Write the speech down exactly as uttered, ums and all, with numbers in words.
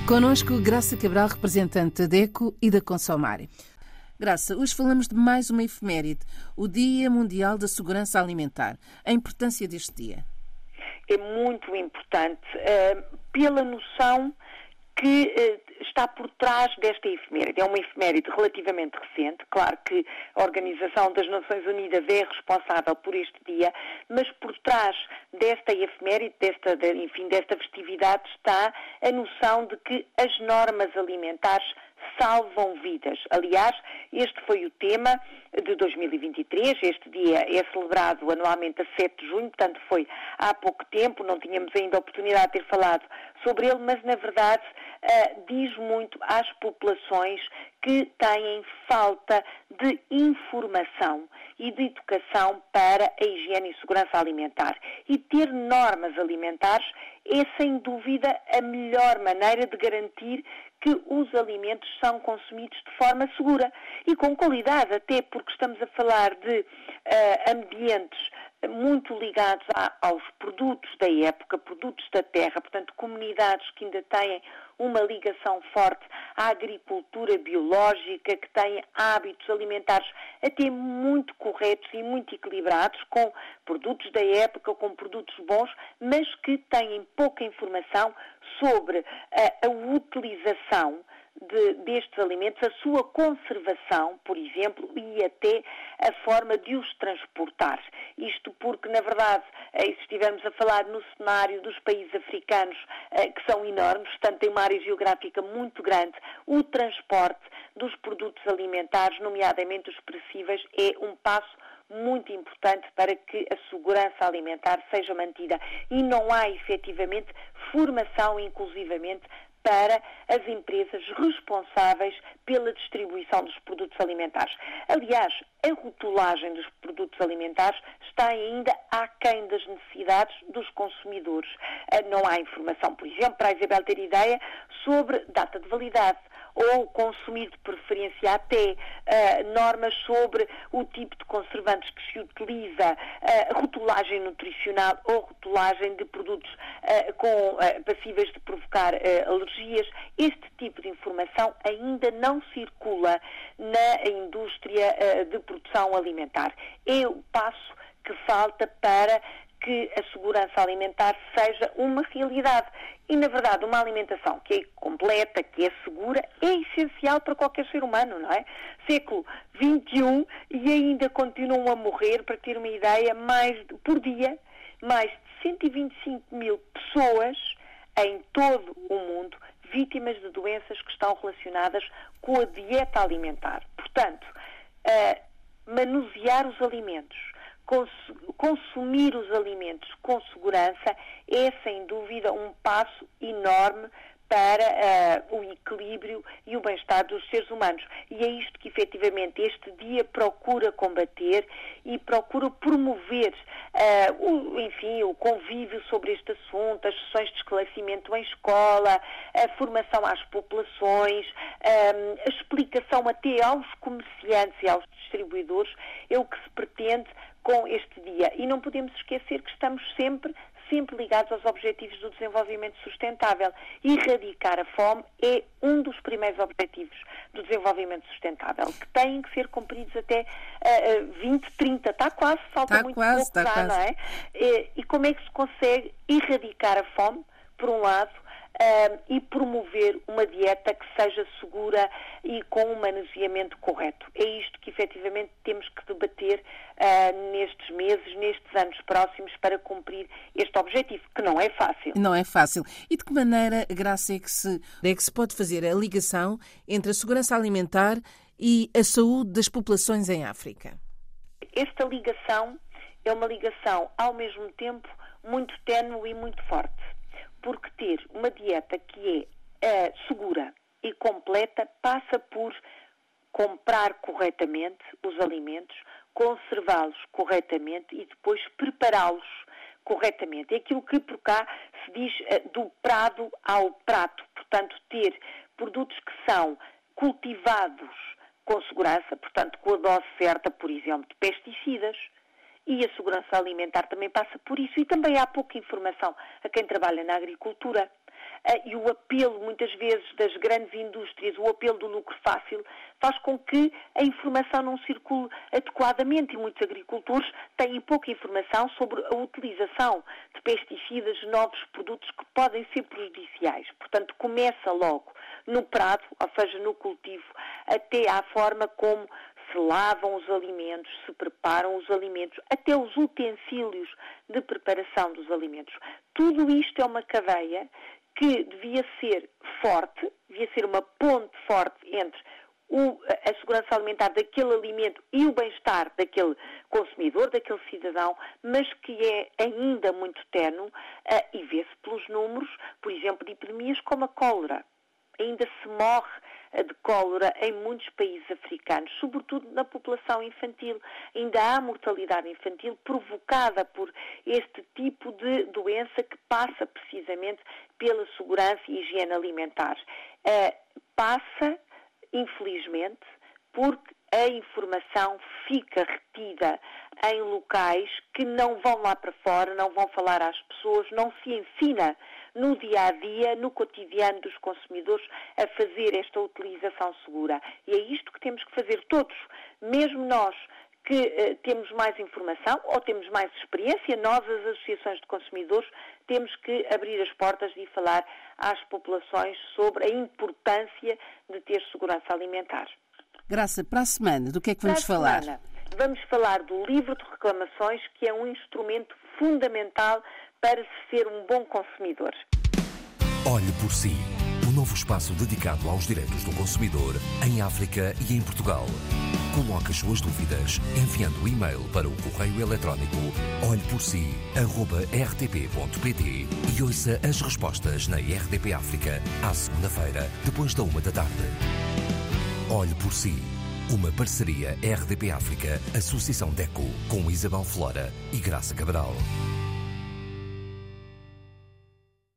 Connosco, Graça Cabral, representante da DECO e da Consomare. Graça, hoje falamos de mais uma efeméride, o Dia Mundial da Segurança Alimentar. A importância deste dia? É muito importante uh, pela noção que uh, está por trás desta efeméride. É uma efeméride relativamente recente. Claro que a Organização das Nações Unidas é responsável por este dia, mas por trás desta efeméride, desta, de, enfim, desta festividade, está a noção de que as normas alimentares salvam vidas. Aliás, este foi o tema de dois mil e vinte e três. Este dia é celebrado anualmente a sete de junho, portanto foi há pouco tempo, não tínhamos ainda a oportunidade de ter falado sobre ele, mas na verdade uh, diz muito às populações que têm falta de informação e de educação para a higiene e segurança alimentar. E ter normas alimentares é, sem dúvida, a melhor maneira de garantir que os alimentos são consumidos de forma segura e com qualidade, até porque estamos a falar de uh, ambientes muito ligados a, aos produtos da época, produtos da terra, portanto, comunidades que ainda têm uma ligação forte à agricultura biológica, que têm hábitos alimentares até muito corretos e muito equilibrados, com produtos da época, com produtos bons, mas que têm pouca informação sobre a, a utilização De, destes alimentos, a sua conservação, por exemplo, e até a forma de os transportar. Isto porque, na verdade, se estivermos a falar no cenário dos países africanos, que são enormes, portanto, têm uma área geográfica muito grande, o transporte dos produtos alimentares, nomeadamente os perecíveis, é um passo muito importante para que a segurança alimentar seja mantida. E não há, efetivamente, formação, inclusivamente, para as empresas responsáveis pela distribuição dos produtos alimentares. Aliás, a rotulagem dos produtos alimentares está ainda aquém das necessidades dos consumidores. Não há informação, por exemplo, para a Isabel ter ideia, sobre data de validade, ou consumir de preferência até uh, normas sobre o tipo de conservantes que se utiliza, uh, rotulagem nutricional ou rotulagem de produtos uh, com, uh, passíveis de provocar uh, alergias. Este tipo de informação ainda não circula na indústria uh, de produção alimentar. É o passo que falta para que a segurança alimentar seja uma realidade. E, na verdade, uma alimentação que é completa, que é segura, é essencial para qualquer ser humano, não é? Século vinte e um e ainda continuam a morrer, para ter uma ideia, mais por dia, mais de cento e vinte e cinco mil pessoas em todo o mundo vítimas de doenças que estão relacionadas com a dieta alimentar. Portanto, uh, manusear os alimentos, consumir os alimentos com segurança é, sem dúvida, um passo enorme para uh, o equilíbrio e o bem-estar dos seres humanos. E é isto que, efetivamente, este dia procura combater e procura promover, uh, o, enfim, o convívio sobre este assunto, as sessões de esclarecimento em escola, a formação às populações, uh, a explicação até aos comerciantes e aos distribuidores, é o que se pretende com este dia. E não podemos esquecer que estamos sempre, sempre ligados aos objetivos do desenvolvimento sustentável. Erradicar a fome é um dos primeiros objetivos do desenvolvimento sustentável, que têm que ser cumpridos até uh, vinte, trinta. Está quase, falta está muito quase, pouco, está não é? E, e como é que se consegue erradicar a fome, por um lado, Uh, e promover uma dieta que seja segura e com um manuseamento correto. É isto que, efetivamente, temos que debater uh, nestes meses, nestes anos próximos, para cumprir este objetivo, que não é fácil. Não é fácil. E de que maneira, Graça, é que se, é que se pode fazer a ligação entre a segurança alimentar e a saúde das populações em África? Esta ligação é uma ligação, ao mesmo tempo, muito ténue e muito forte. Porque ter uma dieta que é uh, segura e completa passa por comprar corretamente os alimentos, conservá-los corretamente e depois prepará-los corretamente. É aquilo que por cá se diz uh, do prado ao prato. Portanto, ter produtos que são cultivados com segurança, portanto, com a dose certa, por exemplo, de pesticidas. E a segurança alimentar também passa por isso. E também há pouca informação a quem trabalha na agricultura. e o apelo, muitas vezes, das grandes indústrias, o apelo do lucro fácil, faz com que a informação não circule adequadamente e muitos agricultores têm pouca informação sobre a utilização de pesticidas, de novos produtos que podem ser prejudiciais. Portanto, começa logo no prado, ou seja, no cultivo, até à forma como se lavam os alimentos, se preparam os alimentos, até os utensílios de preparação dos alimentos. Tudo isto é uma cadeia que devia ser forte, devia ser uma ponte forte entre o, a segurança alimentar daquele alimento e o bem-estar daquele consumidor, daquele cidadão, mas que é ainda muito ténue uh, e vê-se pelos números, por exemplo, de epidemias como a cólera. Ainda se morre de cólera em muitos países africanos, sobretudo na população infantil. Ainda há mortalidade infantil provocada por este tipo de doença que passa precisamente pela segurança e higiene alimentar. Uh, passa, infelizmente, porque a informação fica retida em locais que não vão lá para fora, não vão falar às pessoas, não se ensina no dia-a-dia, no cotidiano dos consumidores, a fazer esta utilização segura. E é isto que temos que fazer todos, mesmo nós que uh, temos mais informação ou temos mais experiência, nós, as associações de consumidores, temos que abrir as portas e falar às populações sobre a importância de ter segurança alimentar. Graça, para a semana, do que é que vamos para a falar? Semana, vamos falar do livro de reclamações, que é um instrumento fundamental para se ser um bom consumidor. Olhe por si, um novo espaço dedicado aos direitos do consumidor em África e em Portugal. Coloque as suas dúvidas enviando o e-mail para o correio eletrónico olhe por si arroba r t p ponto p t e ouça as respostas na R D P África à segunda-feira, depois da uma da tarde. Olhe por si, uma parceria R D P África, Associação DECO, com Isabel Flora e Graça Cabral.